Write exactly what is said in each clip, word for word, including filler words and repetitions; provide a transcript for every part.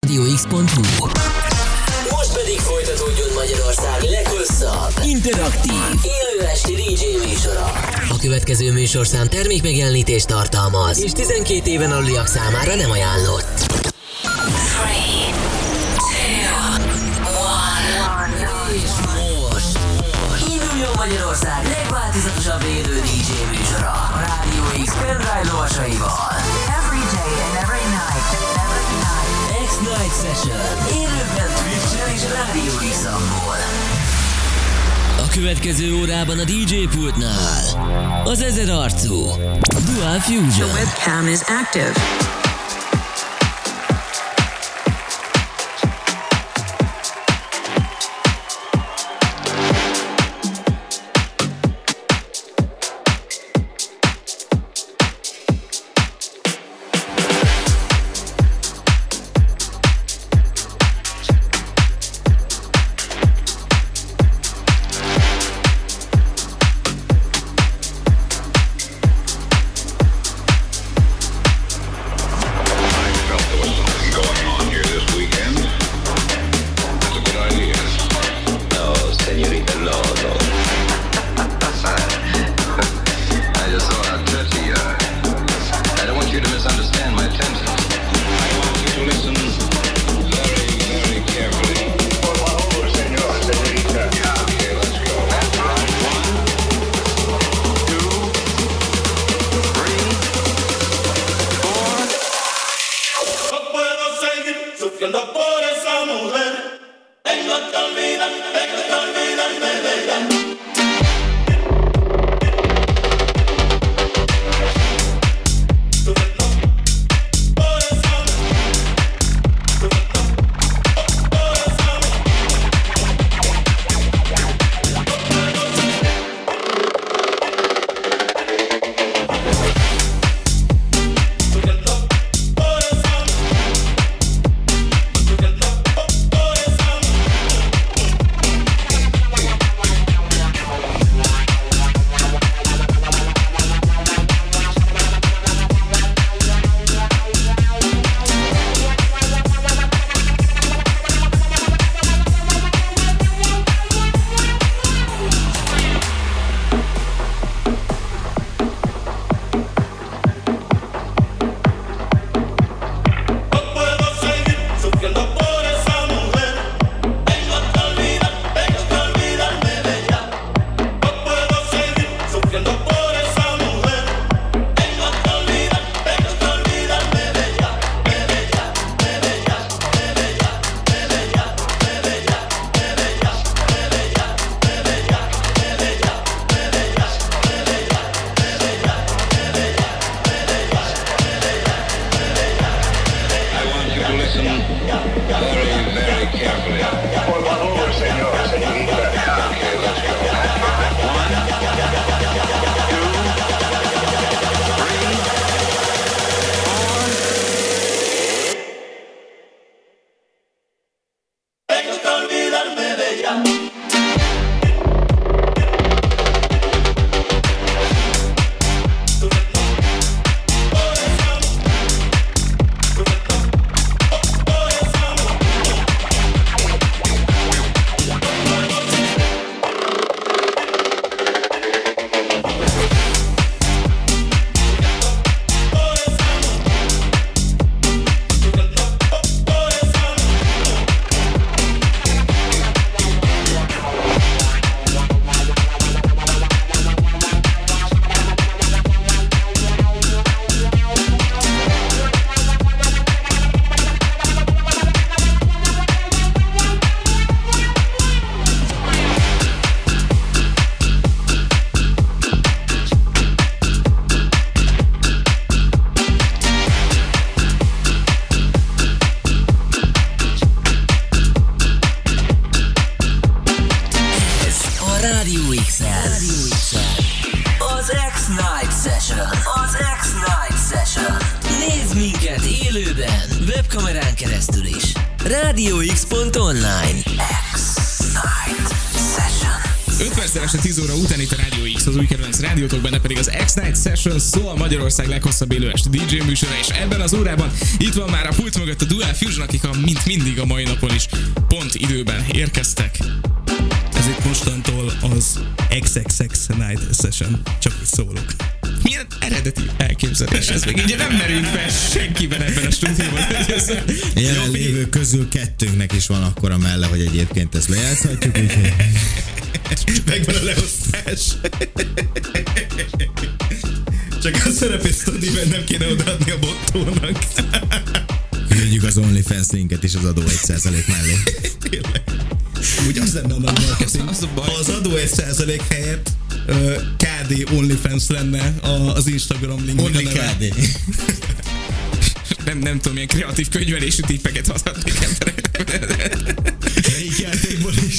rádió x pont hu. Most pedig folytatódjon Magyarország leghosszabb, interaktív, élő esti dé dzsé műsora. A következő műsorszám termékmegjelenítést tartalmaz, és tizenkét éven aluliak számára nem ajánlott. three, two, one. És most induljon Magyarország legváltozatosabb élő dé dzsé műsora a Rádió X pendrive lovasaival. Every day and every night, every night. X-Night Session. Élőben Twitch-en és Rádió X-amból. A következő órában a dé dzsé pultnál az ezer arcú Dual Fusion. The webcam is active. Webkamerán keresztül is. rádió x pont online. X-Night Session. öt perccel este tíz óra után itt a Rádió X, az új kedvenc rádiótok, benne pedig az X-Night Session Soul, Magyarország leghosszabb élő esti dé dzsé műsora, és ebben az órában itt van már a pult mögött a Dual Fusion, akik a, mint mindig a mai napon is pont időben érkeztek. Ez itt mostantól az iksz iksz iksz Night Session, csak úgy szólok. Milyen eredeti elképzelés ez, meg így nem merült fel senkiben ebben a stúdióban. Jelen lévők közül kettőnknek is van akkora melle, hogy egyébként ezt lejátszhatjuk, úgyhogy... Megvan a leosztás. Csak a szerepét Stadiben nem kéne odaadni a bottónak. Küldjük az OnlyFans linket is az adó egy százalék mellé. Tényleg. Úgy az lenne a nagy marketing. Az a baj. Ha az adó egy százalék helyett uh, ká dé OnlyFans lenne az Instagram link. Only ká dé. Nem, nem tudom, milyen kreatív könyvelésű tippeket adhatnék emberek. Melyik játékból is?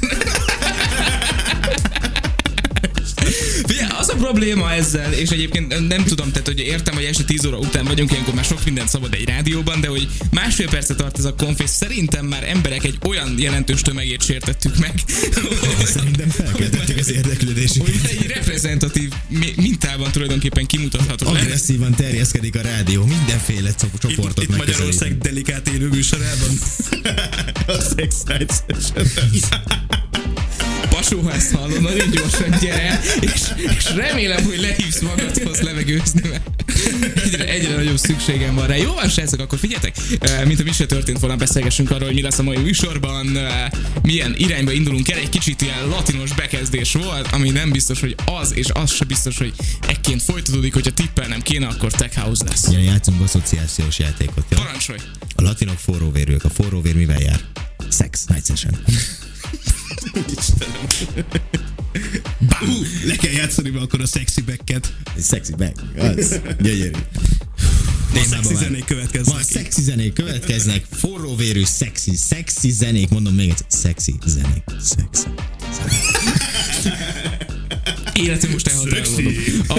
Figyelj, az a probléma ezzel, és egyébként nem tudom, tehát hogy értem, hogy este tíz óra után vagyunk, ilyenkor már sok mindent szabad egy rádióban, de hogy másfél percet tart ez a konf, és szerintem már emberek egy olyan jelentős tömegét sértettük meg. Szerintem felkeltettük az érdeklődésüket. Hogy egy reprezentatív mintában tulajdonképpen kimutatható. Agresszívan terjeszkedik a rádió, mindenféle csoportot Itt, itt Magyarország delikát élő műsorában. Az X-Night Session. Pasó, ha ezt hallod, nagyon gyorsan gyere, és, és remélem, hogy lehívsz magadhoz levegőzni, mert egyre, egyre nagyobb szükségem van rá. Jó van, srácok, akkor figyeljetek, mint a mi se történt volna, beszélgessünk arról, hogy mi lesz a mai műsorban, milyen irányba indulunk el. Egy kicsit ilyen latinos bekezdés volt, ami nem biztos, hogy az, és az se biztos, hogy ekként folytatódik, hogyha tippelnem kéne, akkor Tech House lesz. Igen, játszunk asszociációs játékot. Ja? Parancsolj! A latinok forróvérűek. A forróvér mivel jár? Sex, night session. Istenem. Bam! Le kell játszani be akkor a sexy back-et. Sexy back, az gyönyörű. Ma szexi zenék következnek. Ma szexi zenék következnek, forróvérű, szexi, szexi zenék, mondom még egyszer, szexi zenék, szexi zenék. Életem most elhatárolódom.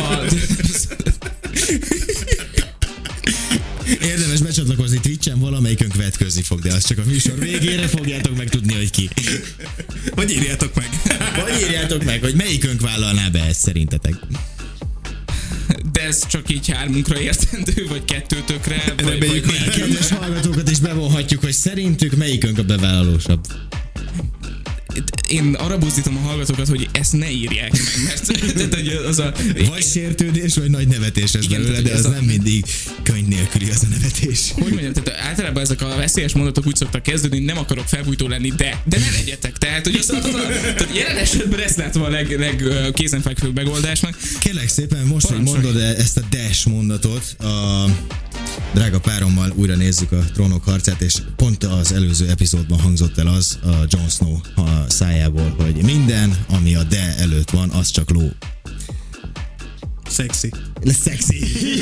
Érdemes becsatlakozni Twitchen, valamelyikön következni fog, de azt csak a műsor végére fogjátok meg tudni, hogy ki. Vagy írjátok meg. Vagy írjátok meg, hogy melyikünk vállalná be ezt szerintetek. De ez csak így hármunkra értendő, vagy kettőtökre, vagy, Reméljük, vagy hogy Kedves hallgatókat is bevonhatjuk, hogy szerintük melyikünk a bevállalósabb. Én arra buzdítom a hallgatókat, hogy ezt ne írják meg, mert tehát, az a... Vagy sértődés, vagy nagy nevetés ez Igen, belőle, tehát, de az ez a- nem mindig könyv nélküli az a nevetés. Hogy mondjam, tehát általában ezek a veszélyes mondatok úgy szoktak kezdődni, hogy nem akarok felbújtó lenni, de, de ne legyetek. Tehát, hogy az, az, az, tehát jelen esetben ezt látom a leg, leg kézenfekvőbb megoldásnak. Kérlek szépen, most, hogy Parancsolj. mondod ezt a dash mondatot, a drága párommal újra nézzük a Trónok harcát, és pont az előző epizódban hangzott el az a Jon Snow a szájából, hogy minden, ami a de előtt van, az csak ló. Szexi. Lesz szexi.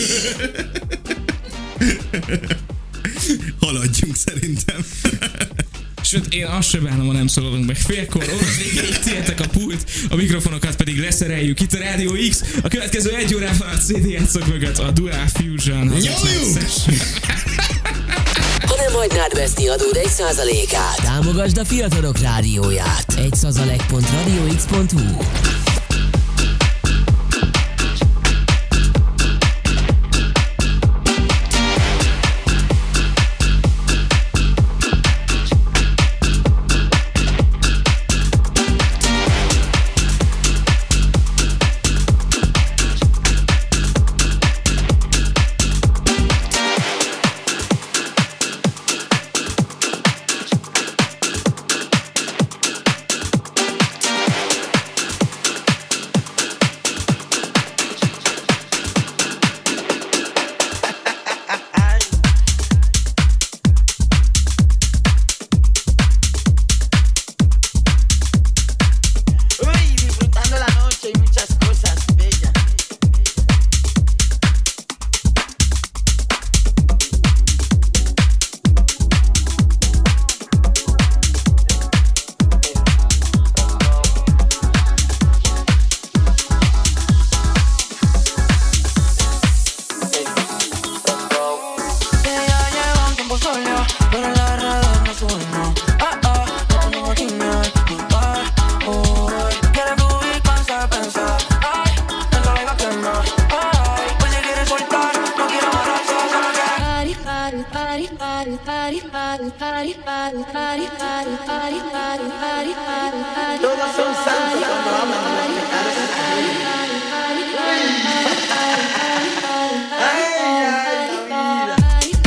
Haladjunk szerintem. Sőt, én azt sem bánom, ha nem szólalunk meg félkor, óra végéig tiétek a pult, a mikrofonokat pedig leszereljük itt a Rádió X. A következő egy órában a cé dé játszók mögött a Dual Fusion. Az Nyomjuk! Ha nem hagynád veszni adód egy százalékát, támogasd a Fiatalok Rádióját. egy százalék pont radio x pont hu. Todos son santos cuando hablan de los pecados ajenos. Ay, ay, la vida.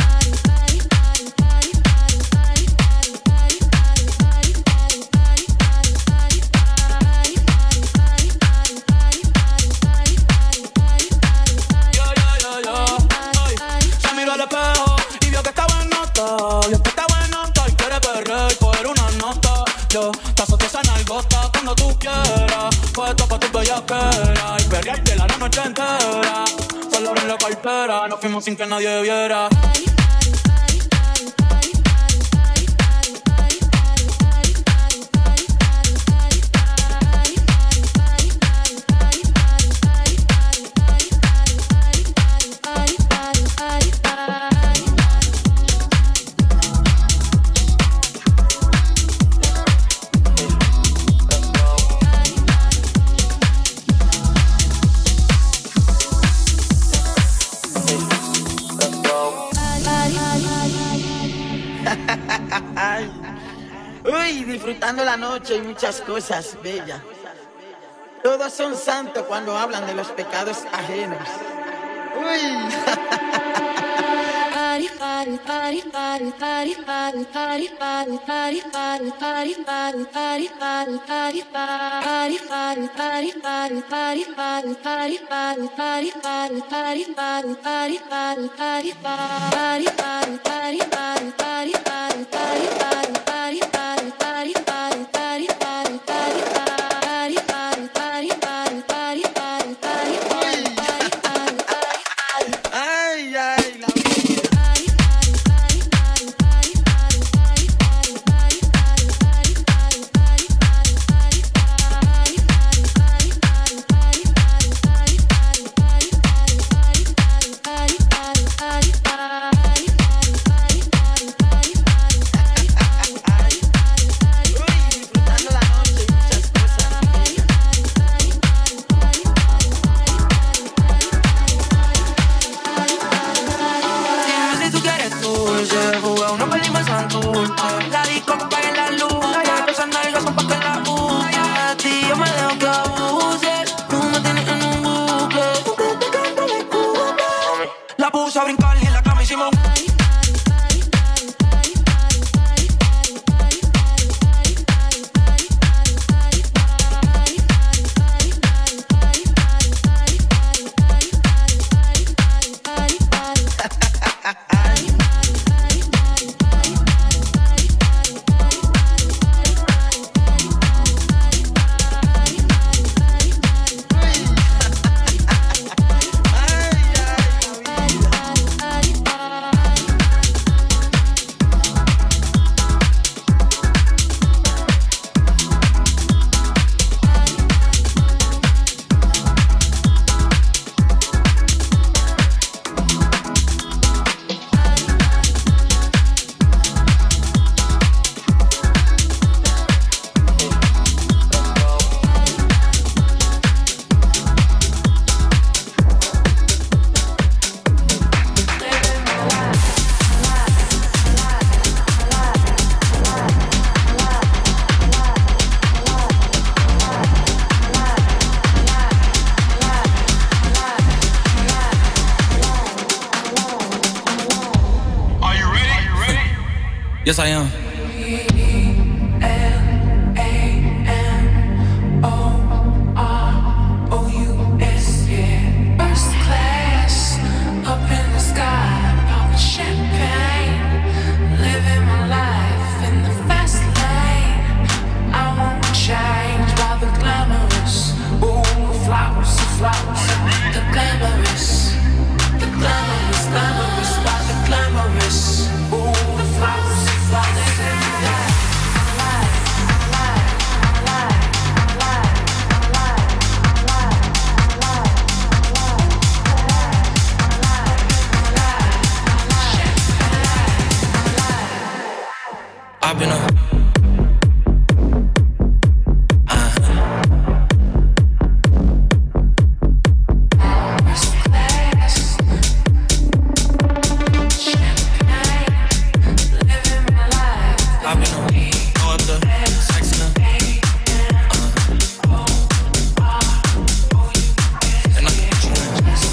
Yo, yo, yo, yo. Ay, se miró al espejo y vio que estaba en nota. Vio que estaba en nota y quiere perder y coger una nota. Yo te azoto esa nalgota cuando tú quieras. Puesto pa' tu bellaquera y perreártela la noche entera. Solo abrí la cartera, nos fuimos sin que nadie viera. Uy, disfrutando la noche y muchas cosas bellas. Todos son santos cuando hablan de los pecados ajenos. Uy. Ay, ay, la vida. Uy, disfrutando la noche y muchas cosas bellas. Dime si tú quieres dulce, juega una peli más santurce. La disco que apague la luz, ya esas nalgas son pa' que la use. A ti yo me dejo que abuses, tú me tienes en un bucle. Tú que te cantas la escucha. La puse a brincar y en la cama hicimos. Yes, I am. I've been a Living my life I've been on, throw up the sex in the, uh, and I can put you in.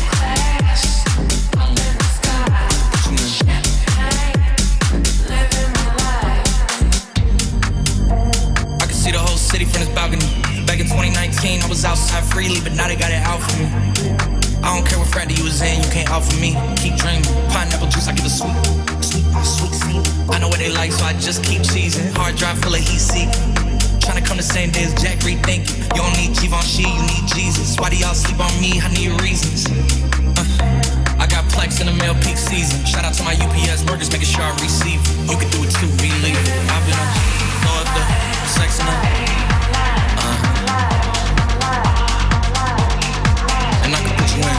I can see the whole city from this balcony. Back in twenty nineteen, I was outside freely, but now they got it out for me. I don't care what Friday you was in, you can't offer me. Keep dreaming, pineapple juice, I give a sweet, sweet, sweet sleep. I know what they like, so I just keep cheesing. Hard drive full of heat seek. Tryna come the same day as Jack, rethinking. You don't need Givenchy, you need Jesus. Why do y'all sleep on me? I need reasons. Uh, I got Plex in the mail peak season. Shout out to my U P S workers, making sure I receive. You can do it too, believe it. I've been on, throw up the sex in the, uh, and I can put you in.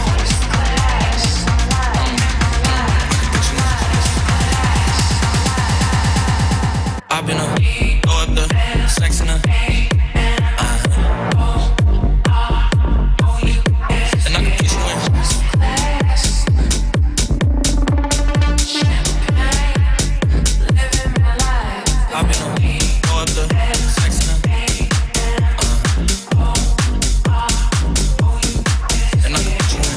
I've been up, throw up the sex in the, uh, and I can put you in. I've been up, throw up the sex in the, uh, and I can put you in.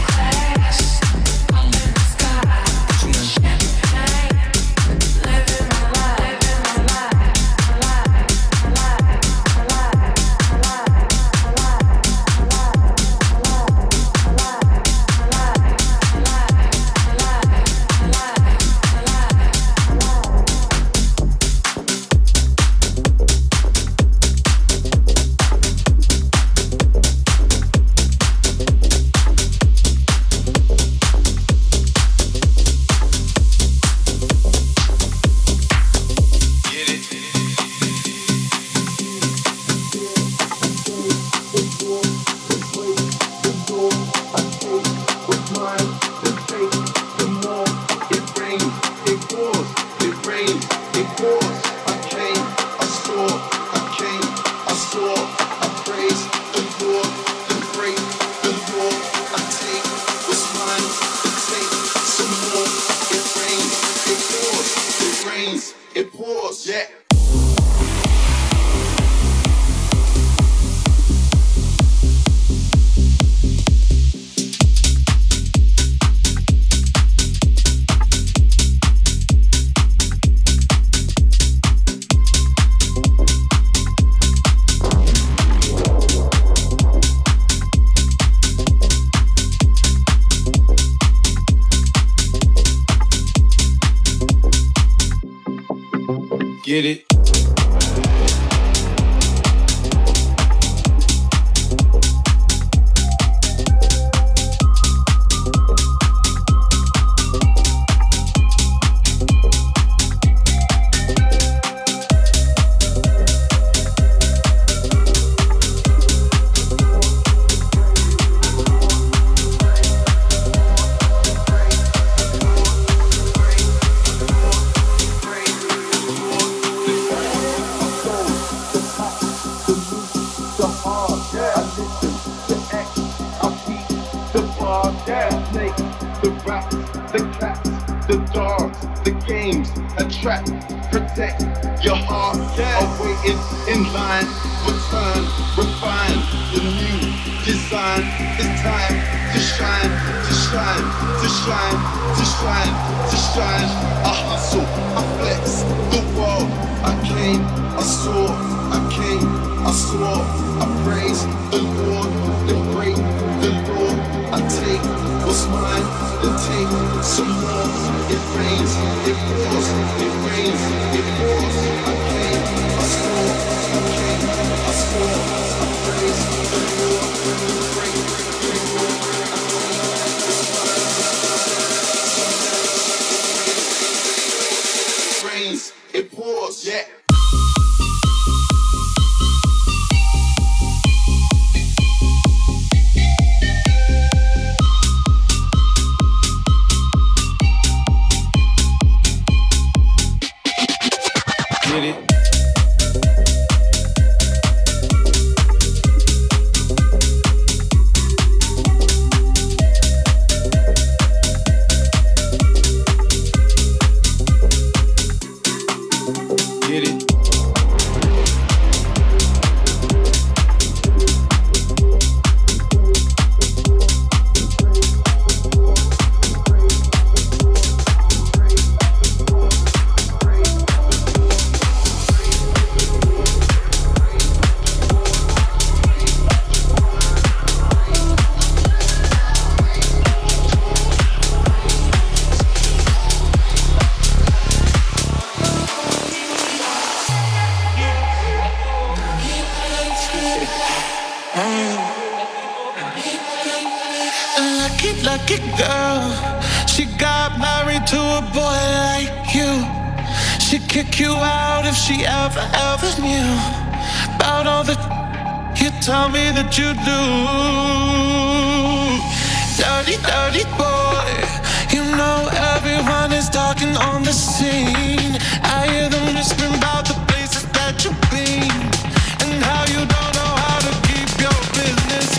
Get it? Protect your heart, yeah. Awaiting in line, return, refine the new design. It's time to shine, to shine, to shine, to shine, to shine. I hustle, I flex the world. I came, I saw, I came, I saw. I praise the Lord, and break the law. I take what's mine, and take some more. It rains, it pours, it rains, it pours. I came, I saw, I came, I saw. I praise the Lord, and break the law. I take what's mine. It rains, it pours, yeah. lucky girl. She got married to a boy like you. She'd kick you out if she ever, ever knew about all the you tell me that you do. Dirty, dirty boy. You know everyone is talking on the scene. I hear them whispering about the places that you've been and how you don't know how to keep your business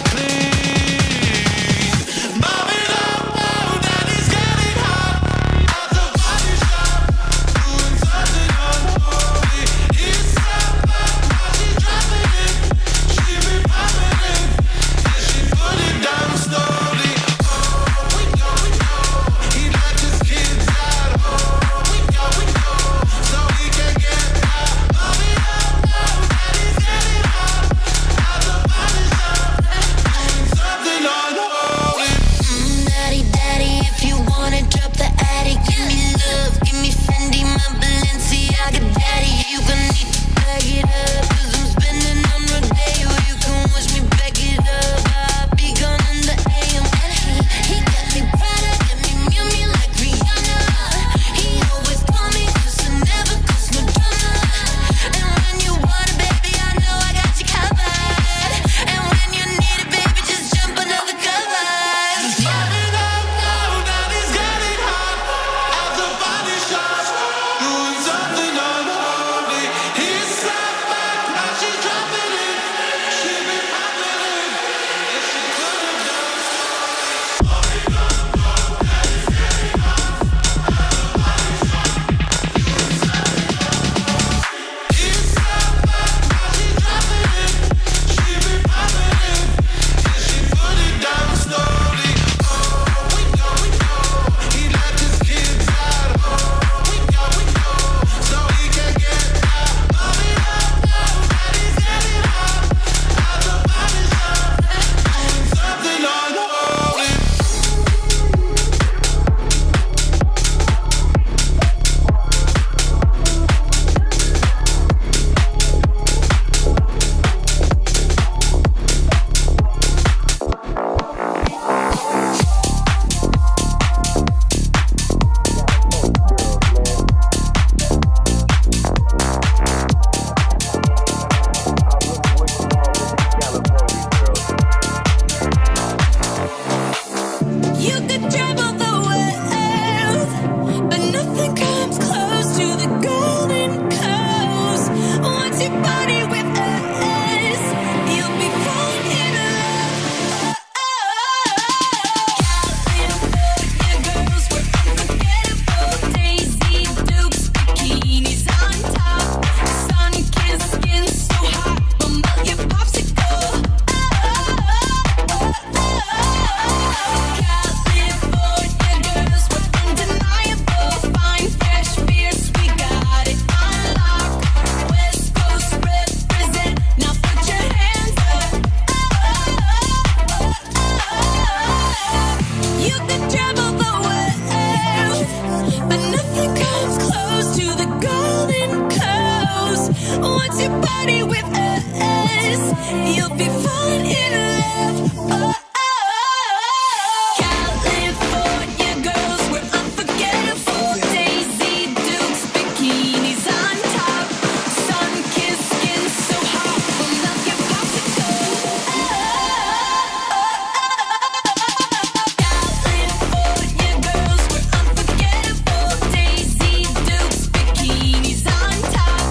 clean. Mom it up, oh, daddy's getting hot at the body shop, doing something unholy. He's up, now she's dropping it. She be popping it, and she put it down slowly. Oh, we go, we go. He let his kids out. Oh, we go, we go. So he can get out. Mom it up, oh, daddy's getting hot at the body shop, doing something unholy. Mm, daddy, daddy, if you wanna drop the attic, give me love, give me Fendi, my Balenciaga, daddy. You gon' need to bag it up, cause I'm spending on Rodeo. You can watch me back it up, I'll be gone in the A M. And he, he got me Prada, got me Miu Miu like Rihanna. He always call me cause I never cause no drama. And when you want it, baby, I know I got you covered. And when you need it, baby, just jump under the covers. Mom it up, oh, daddy's getting hot at the body shop, doing something unholy. He's sat back, now she's dropping it. She be popping it, and she put it down slowly. Mom it up, oh, daddy's getting hot at the body shop, doing something unholy. He's sat back, now she's dropping it. She be popping it, and she put it down slowly. Oh, we go, we go. He let his kids out. Oh, we go, we go. So he can get out. Mom it up, oh, daddy's getting hot at the body shop, doing something unholy. You could travel the world, but nothing comes close to the Golden Coast. Once you party with us, you'll be falling in love. California girls were unforgettable. Daisy Dukes, bikinis on top, sun-kissed skin so hot, will melt your popsicle. California girls were undeniable, fine, fresh, fierce, we got it on lock. West Coast represent, now put your hands up. You could travel the world, but nothing comes close to the Golden Coast. Once you party with us, you'll be falling in love. Oh, California girls were unforgettable. Daisy Dukes, bikinis on top, sun-kissed skin so hot, will melt your popsicle. California girls were unforgettable. Daisy Dukes, bikinis on top,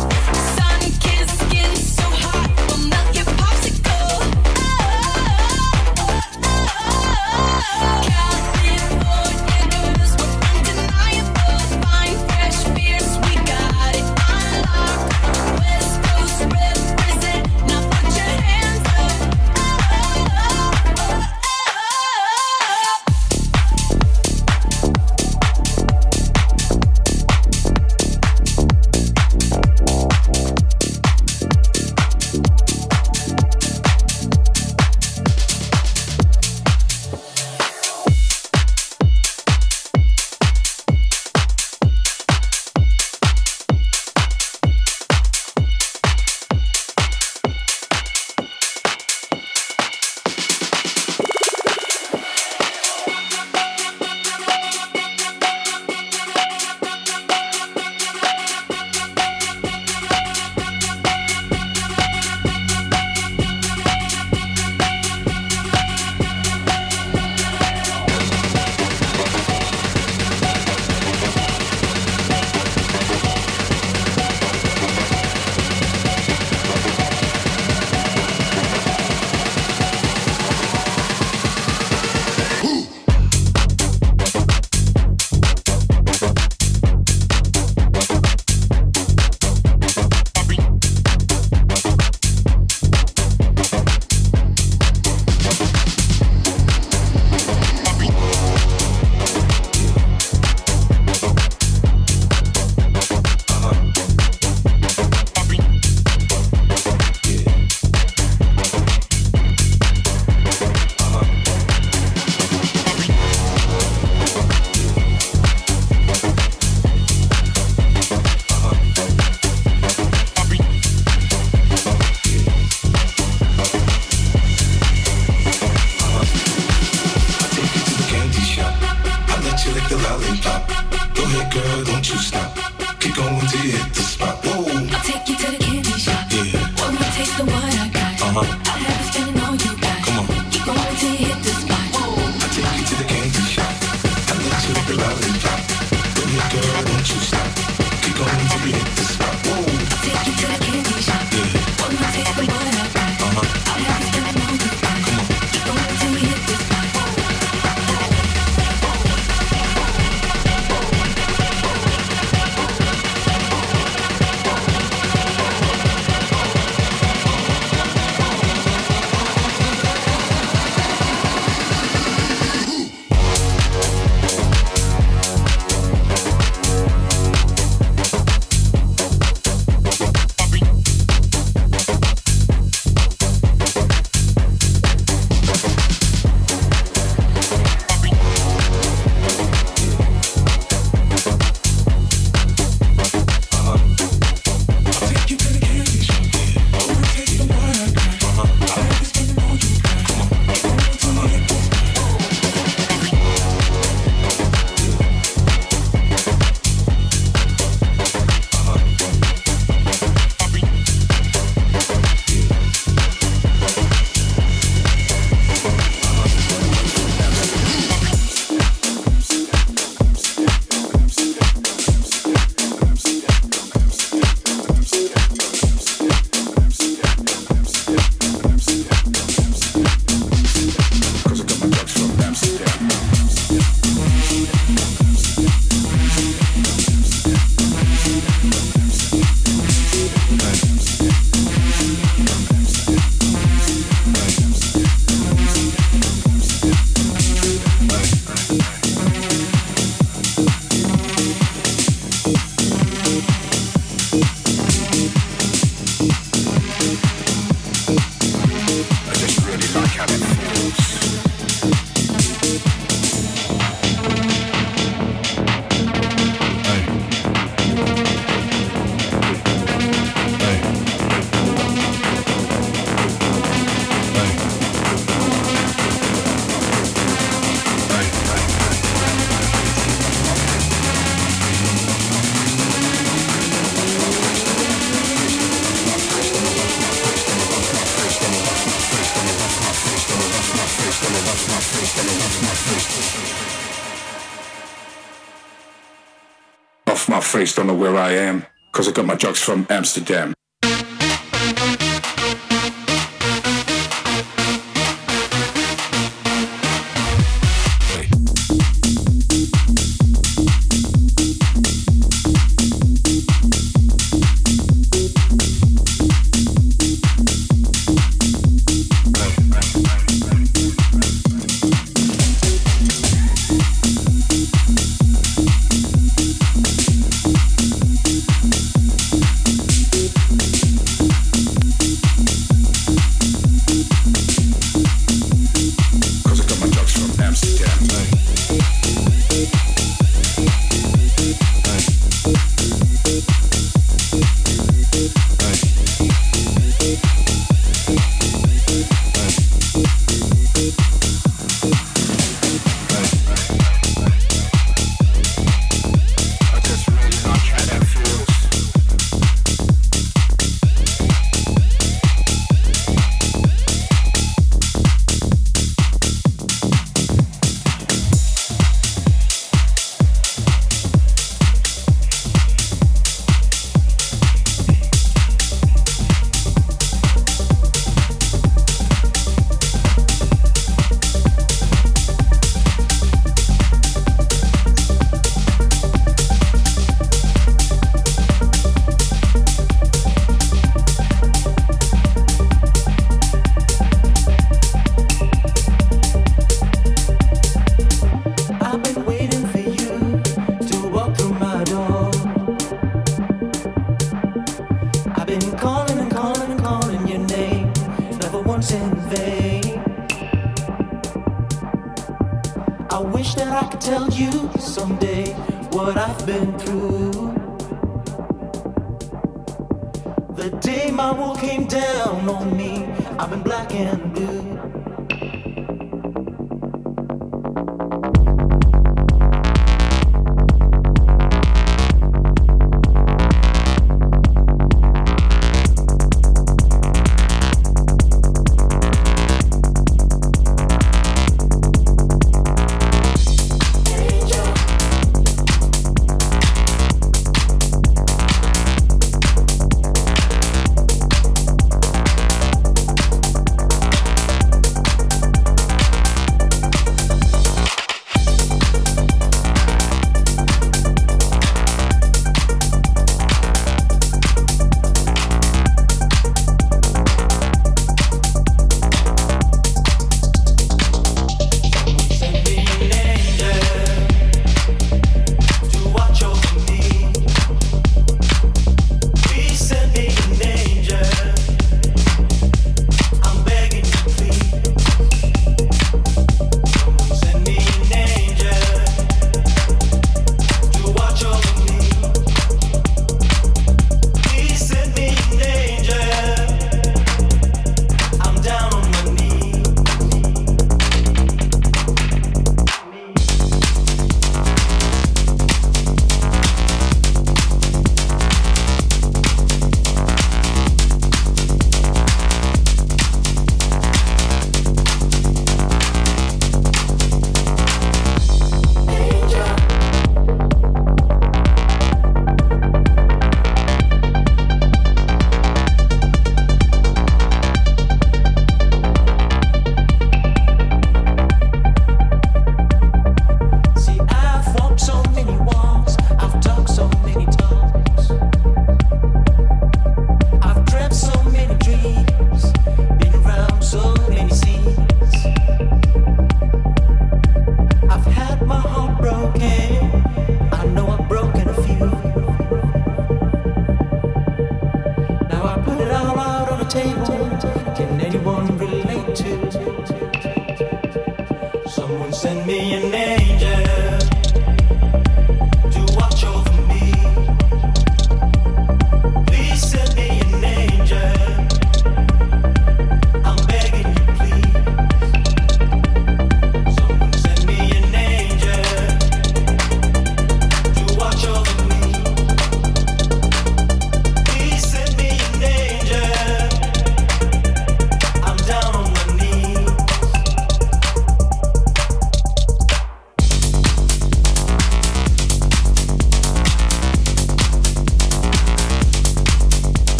sun-kissed skin so hot, will melt your popsicle. face, don't know where I am, cause I got my drugs from Amsterdam.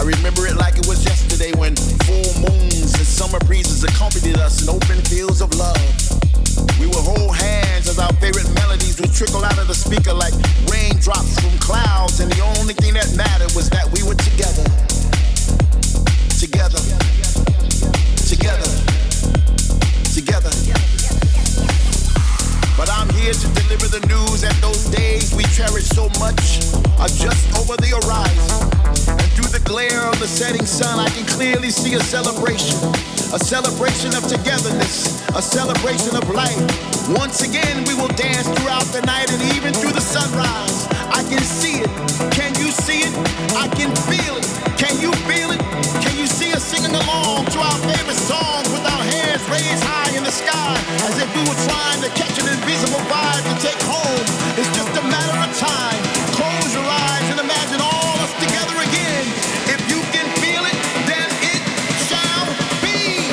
remember it like it was yesterday when full moons and summer breezes accompanied us in open fields of love. We would hold hands as our favorite melodies would trickle out of the speaker like raindrops from clouds, and the only thing that mattered was that we were together. Together. Together. Together. But I'm here to deliver the news that those days we cherish so much are just over the horizon. And through the glare of the setting sun, I can clearly see a celebration. A celebration of togetherness. A celebration of life. Once again, we will dance throughout the night and even through the sunrise. I can see it. Can you see it? I can feel it. Can you feel it? Can you see us singing along to our favorite songs with our hands raised high in the sky as if we were trying to catch an invisible vibe to take home? It's just a matter of time. Close your eyes and imagine all us together again. If you can feel it, then it shall be.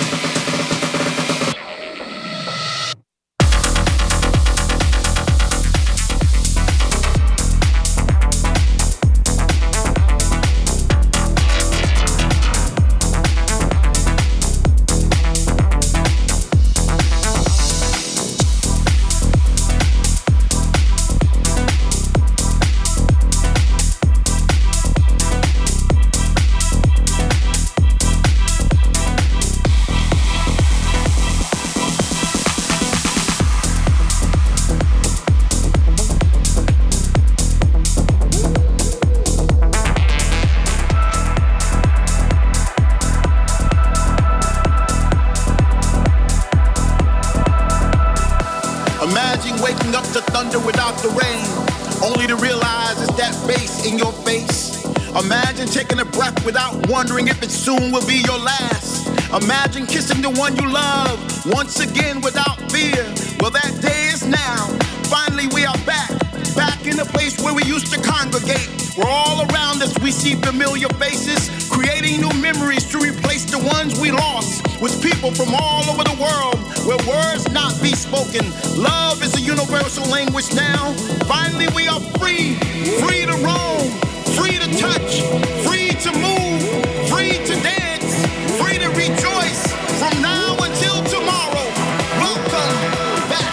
Wondering if it soon will be your last. Imagine kissing the one you love once again without fear. Well, that day is now. Finally, we are back. Back in the place where we used to congregate. Where all around us we see familiar faces, creating new memories to replace the ones we lost. With people from all over the world, where words not be spoken. Love is a universal language now. Finally, we are free. Free to roam. Free to touch. Free to move. Free to dance, free to rejoice from now until tomorrow. Welcome back.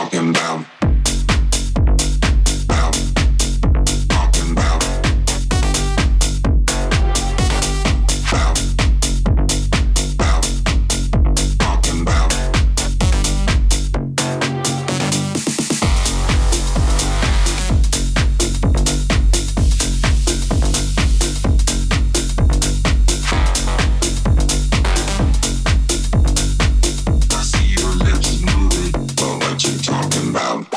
talking about? About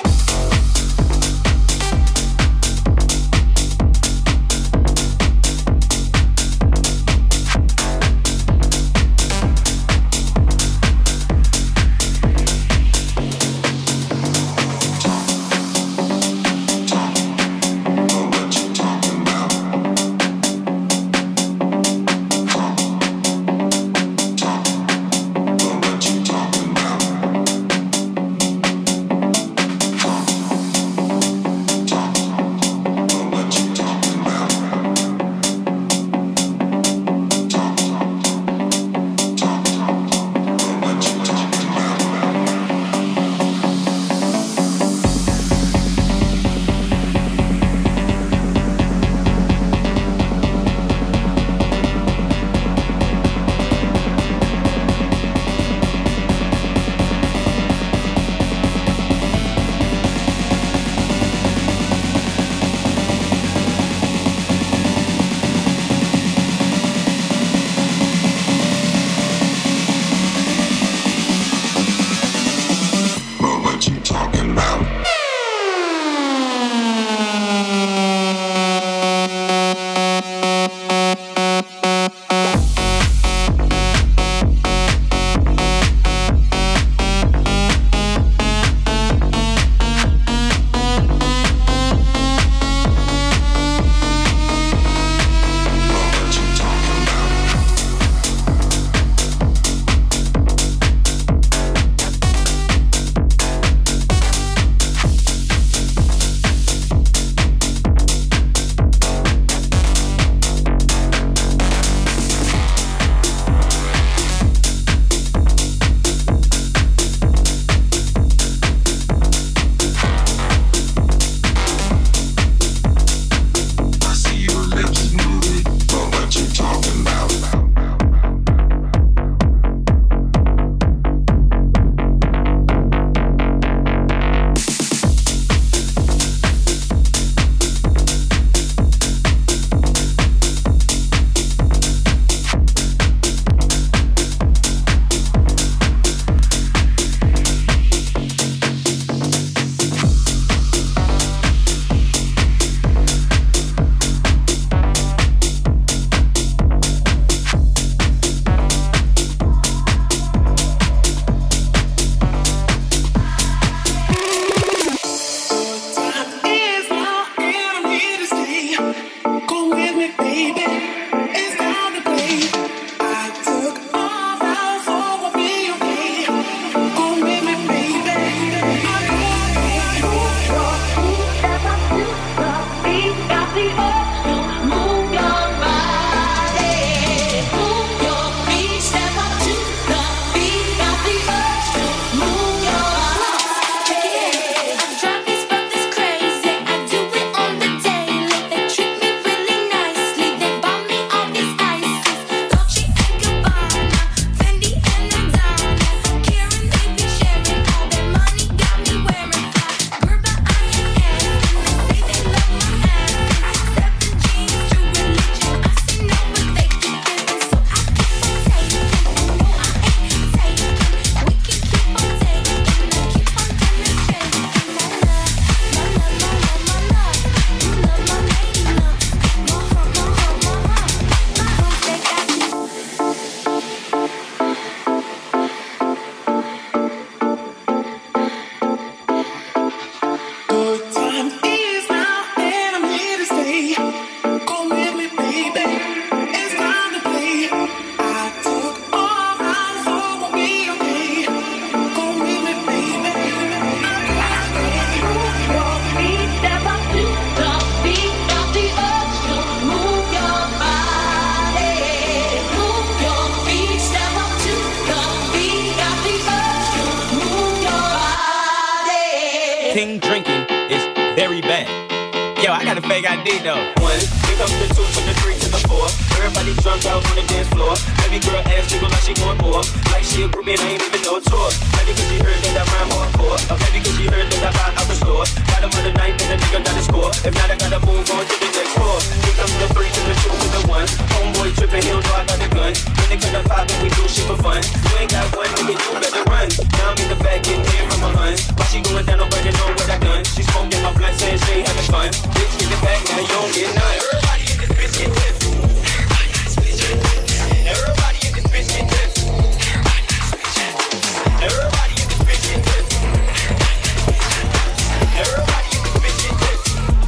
got a fake I D though. One, here comes the two, from the three to the four. Everybody drunk out on the dance floor. Baby girl ass jiggle like she going more. Like she a groupie and I ain't even no tour. Maybe cause she heard that I rhyme hardcore. Or maybe cause she heard that I buy out the store. Got him on the ninth and the nigga got the score. If not, I gotta move on to the next four. Here comes the three to the two to the one. Homeboy tripping, he don't know I got the gun. When they come to five and we do shit for fun. You ain't got one, nigga, you better run. Now I'm in the back getting here from my hun. While she going down, nobody know what I done. She smoking my blunt, saying she ain't having fun. Bitch, get it back, now you don't get none. Everybody in this bitch get this. Everybody in this bitch get this. Everybody in this bitch get this. Everybody in this bitch get this.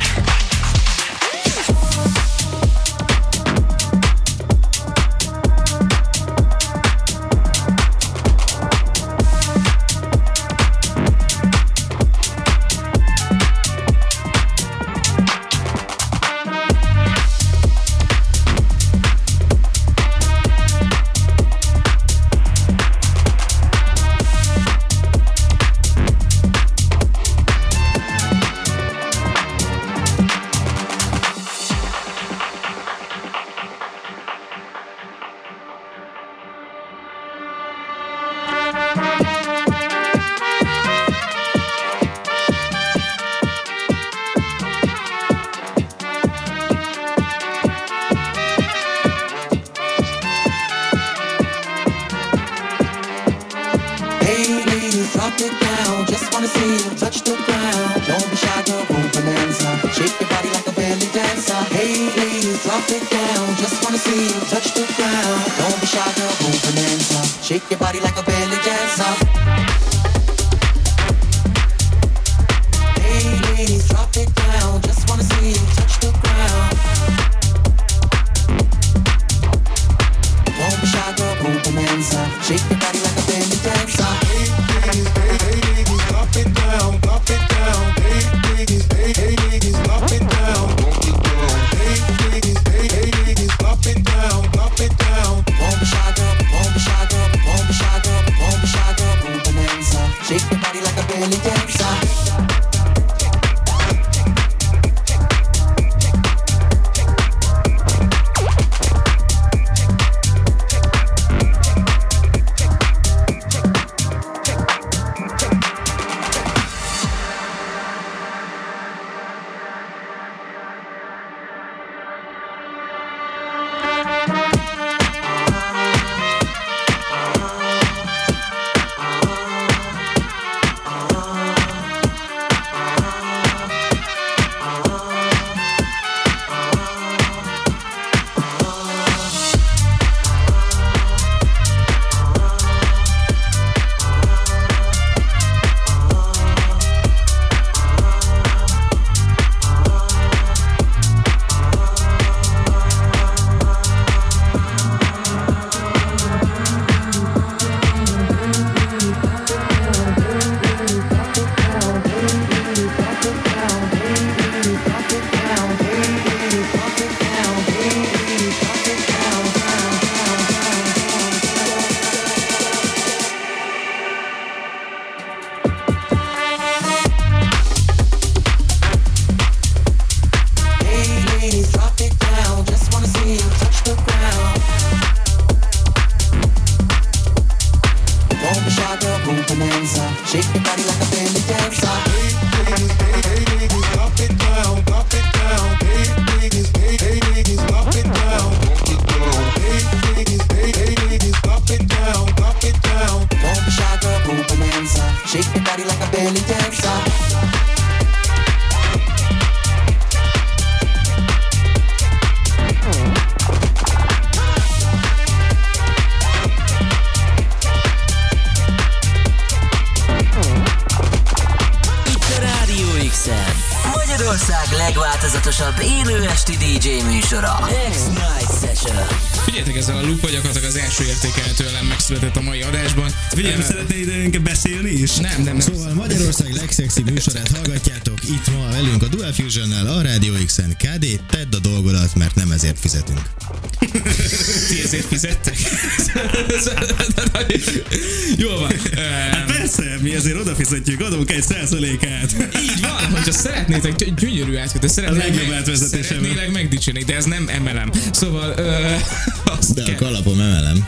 Shake your body like a belly dancer. Hey ladies, drop it down. Just wanna see you touch the ground. Don't be shy, girl, go bonanza. Shake your body like a belly dancer. Hey ladies, hey, hey ladies, drop it down, drop it down. Hey ladies, hey, hey ladies, drop it down, drop it down. Hey ladies, hey, hey ladies, drop it down, drop it down. Don't be shy, girl, don't be shy, girl. Don't be shy, girl, don't be shy, girl, go bonanza. Shake your body like a belly dancer. legváltozatosabb élő esti dé dzsé műsora. X-Night Session. Figyeljetek, ezzel a lupa gyakorlatilag az első értékelő tőlem megszületett a mai adásban. Figyelj, nem szeretnél inkább beszélni is? Nem, nem, nem. Szóval Magyarország legszexi műsorát hallgatjátok itt ma velünk a Dual Fusionnel, a Radio X-en. ká dé, tedd a dolgodat, mert nem ezért fizetünk. Ti ezért fizettek? Jól van. Hát persze, Persze, mi ezért odafizetjük, adunk egy százalékát. Így van, hogyha szeretnétek gyönyörű átkötő, szeretnétek, szeretnéleg megdicsérni, de ez nem emelem. Szóval... Ö, de a kalapom emelem.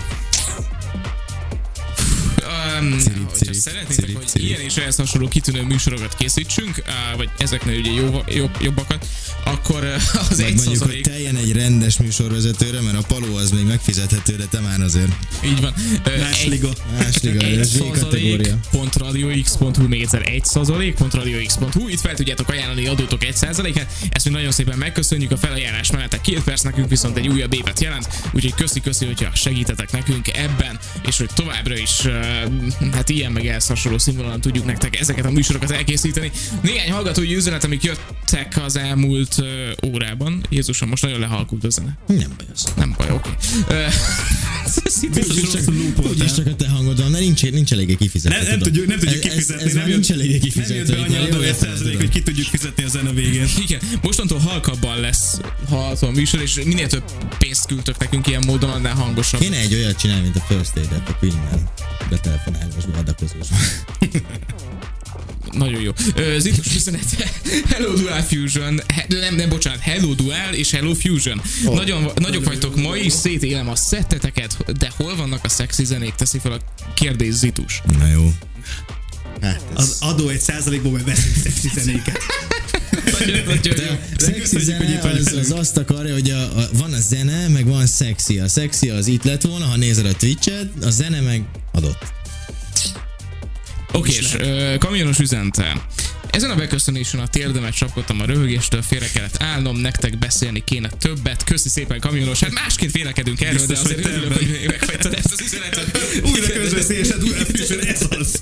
Um, ciri, hogyha szeretnétek, ciri, hogy ciri. ilyen és ehhez hasonló kitűnő műsorokat készítsünk, uh, vagy ezeknél ugye jó, jobb, jobbakat, akkor uh, az egy mondjuk, hogy teljen egy rendes műsorvezetőre, mert a Paló az még megfizethető, de te már azért. Így van. Uh, Másliga. Másliga, ez százalék pont radio x pont hu, még egyszer egy százalék pont radio x pont hu, itt fel tudjátok ajánlani adótok egy százalékát, ezt mi nagyon szépen megköszönjük, a felajánlás mellett két perc, nekünk viszont egy újabb évet jelent, úgyhogy köszi-köszi, hogyha segítetek nekünk ebben, és hogy továbbra is uh, hát ilyen meg ehhez hasonló színvonalon tudjuk nektek ezeket a műsorokat elkészíteni. Néhány hallgatói üzenet, amik jöttek az elmúlt uh, órában. Jézusom, most nagyon lehalkult a zene. Nem baj az. Nem baj, oké. Okay. Úgyis csak a te hangodon, mert nincs, nincs eléggé kifizetni. Nem, nem tudjuk, nem tudjuk ez, kifizetni. Ez, ez nem nincs eléggé kifizetni. Nem jött be annyi adó egy százalék, hogy ki tudjuk fizetni a zene végén. Igen, mostantól halkabban lesz hallható a műsor, és minél több pénzt küldtök nekünk ilyen módon, annál hangosabb. Kéne egy olyat csinálni, mint a First Aid-et a Queen-nel. Betelefonálásba, adakozósba. Nagyon jó. Zitos üzenete. Hello Dual Fusion. He, nem, nem, bocsánat. Hello Dual és Hello Fusion. Oh, Nagyon, nagyok vagytok ma is, szétélem a szetteteket, de hol vannak a szexi zenék? Teszi fel a kérdés Zitus. Na jó. Hát az adó egy százalékból majd veszünk szexi zenéket. Nagyon, nagyon jó. A szexi zene az, az azt akarja, hogy a, a, van a zene, meg van szexi. A szexi az itt lett volna, ha nézed a Twitch-et, a zene meg adott. Oké, és uh, kamionos üzente. Ezen a beköszönésen a térdemet csapkodtam a röhögéstől, félre kellett állnom, nektek beszélni kéne többet. Köszi szépen, kamionos. Hát másként vélekedünk erről, biztos, de azért örülök, hogy meghagytad ezt az üzenetet. Újra közbeszélésed, újra fűsön, ez az.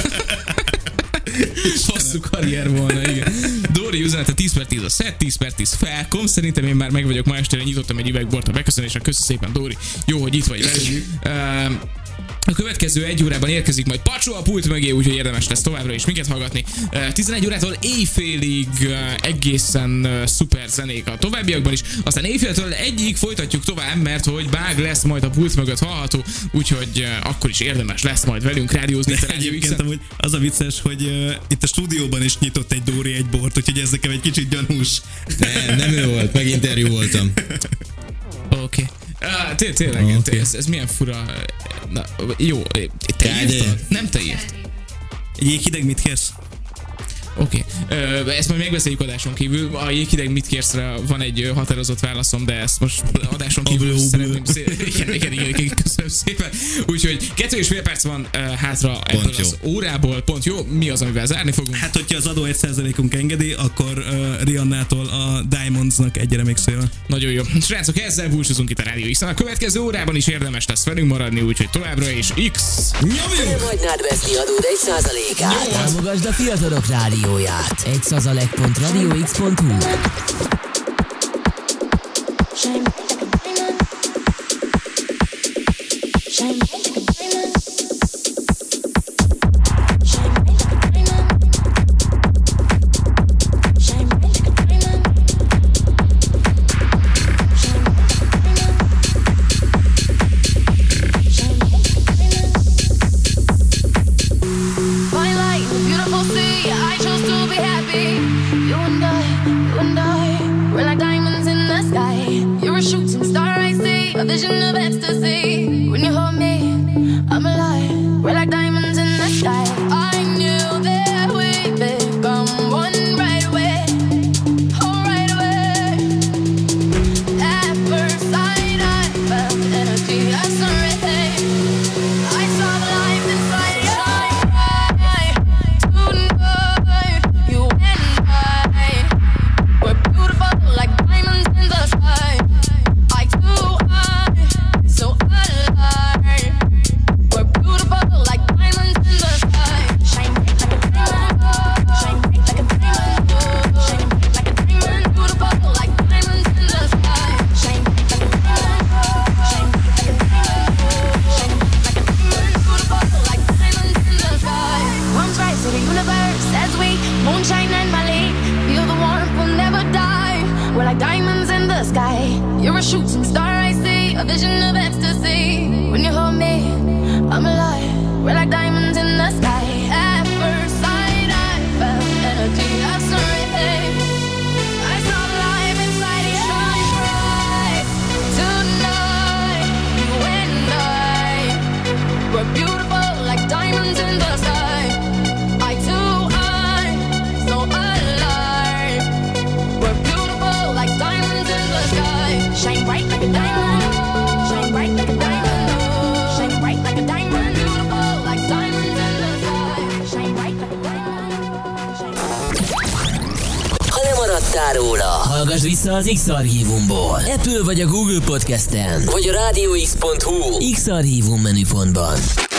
Hosszú karrier volna, igen. Dóri üzenete tíz per tíz a set, tíz per tíz felkom. Szerintem én már meg vagyok ma estére, nyitottam egy üvegbort a beköszönésre. Köszi szépen, Dóri. Jó, hogy itt vagy velünk. Uh, A következő egy órában érkezik majd Pacsó a pult mögé, úgyhogy érdemes lesz továbbra is minket hallgatni. tizenegy órától éjfélig egészen szuper zenék a továbbiakban is. Aztán éjféltől egyig folytatjuk tovább, mert hogy Bág lesz majd a pult mögött hallható, úgyhogy akkor is érdemes lesz majd velünk rádiózni. De egyébként amúgy az a vicces, hogy uh, itt a stúdióban is nyitott egy Dóri egy bort, úgyhogy ez nekem egy kicsit gyanús. Nem, nem ő volt, meg interjú voltam. Oké. Okay. Ah, té- tényleg, okay. ez, ez milyen fura. Na, jó, te írtad? Nem te írt. Egy jéghideg mit kérsz? Oké, okay. Ezt majd megbeszéljük adáson kívül. A jéghideg mit kérszre van egy határozott válaszom, de ezt most adáson kívül szeretném szépen. Igen, igen, igen, igen, köszönöm szépen. Úgyhogy kettő és fél perc van uh, hátra ebből pont az jó. órából. Pont jó. Mi az, amivel zárni fogunk? Hát, hogyha az adó egy százalékunk engedi, akkor uh, Rihannától a Diamondsnak egy remixével. Nagyon jó. Srácok, ezzel búcsúzunk itt a Rádió X-en. A következő órában is érdemes lesz velünk maradni, úgyhogy továbbra is X. Nyomjuk! Nem hagynád veszni adód egy százalékát. Támogasd a fiatalok rádióját. egy százalék pont radio x pont hu. A vision of ecstasy. When you hold me, I'm alive. We're like diamonds in the sky. I knew that we'd become one right away. Oh, right away. At first sight, I felt energy. I saw it. I saw the life inside your eye. Tonight, you and I, we're beautiful like diamonds in the sky. I too. So alive, we're beautiful like diamonds in the sky. Shine like a diamond, shine like a diamond, shine like a diamond. Beautiful like diamonds in the sky. Shine like a diamond, shine like a diamond, shine like a diamond. Beautiful like diamonds in the sky. Palms rise to the universe as we moonshine and Mali. Feel the warmth, we'll never die. We're like diamonds in the sky. You're a shooting star, I see. A vision of ecstasy. When you hold me, I'm alive. We're like diamonds in the sky. hallottál róla? Hallgass vissza az X-Archívumból. Apple vagy a Google Podcasten, vagy a rádió x pont hu X-Archívum menüpontban.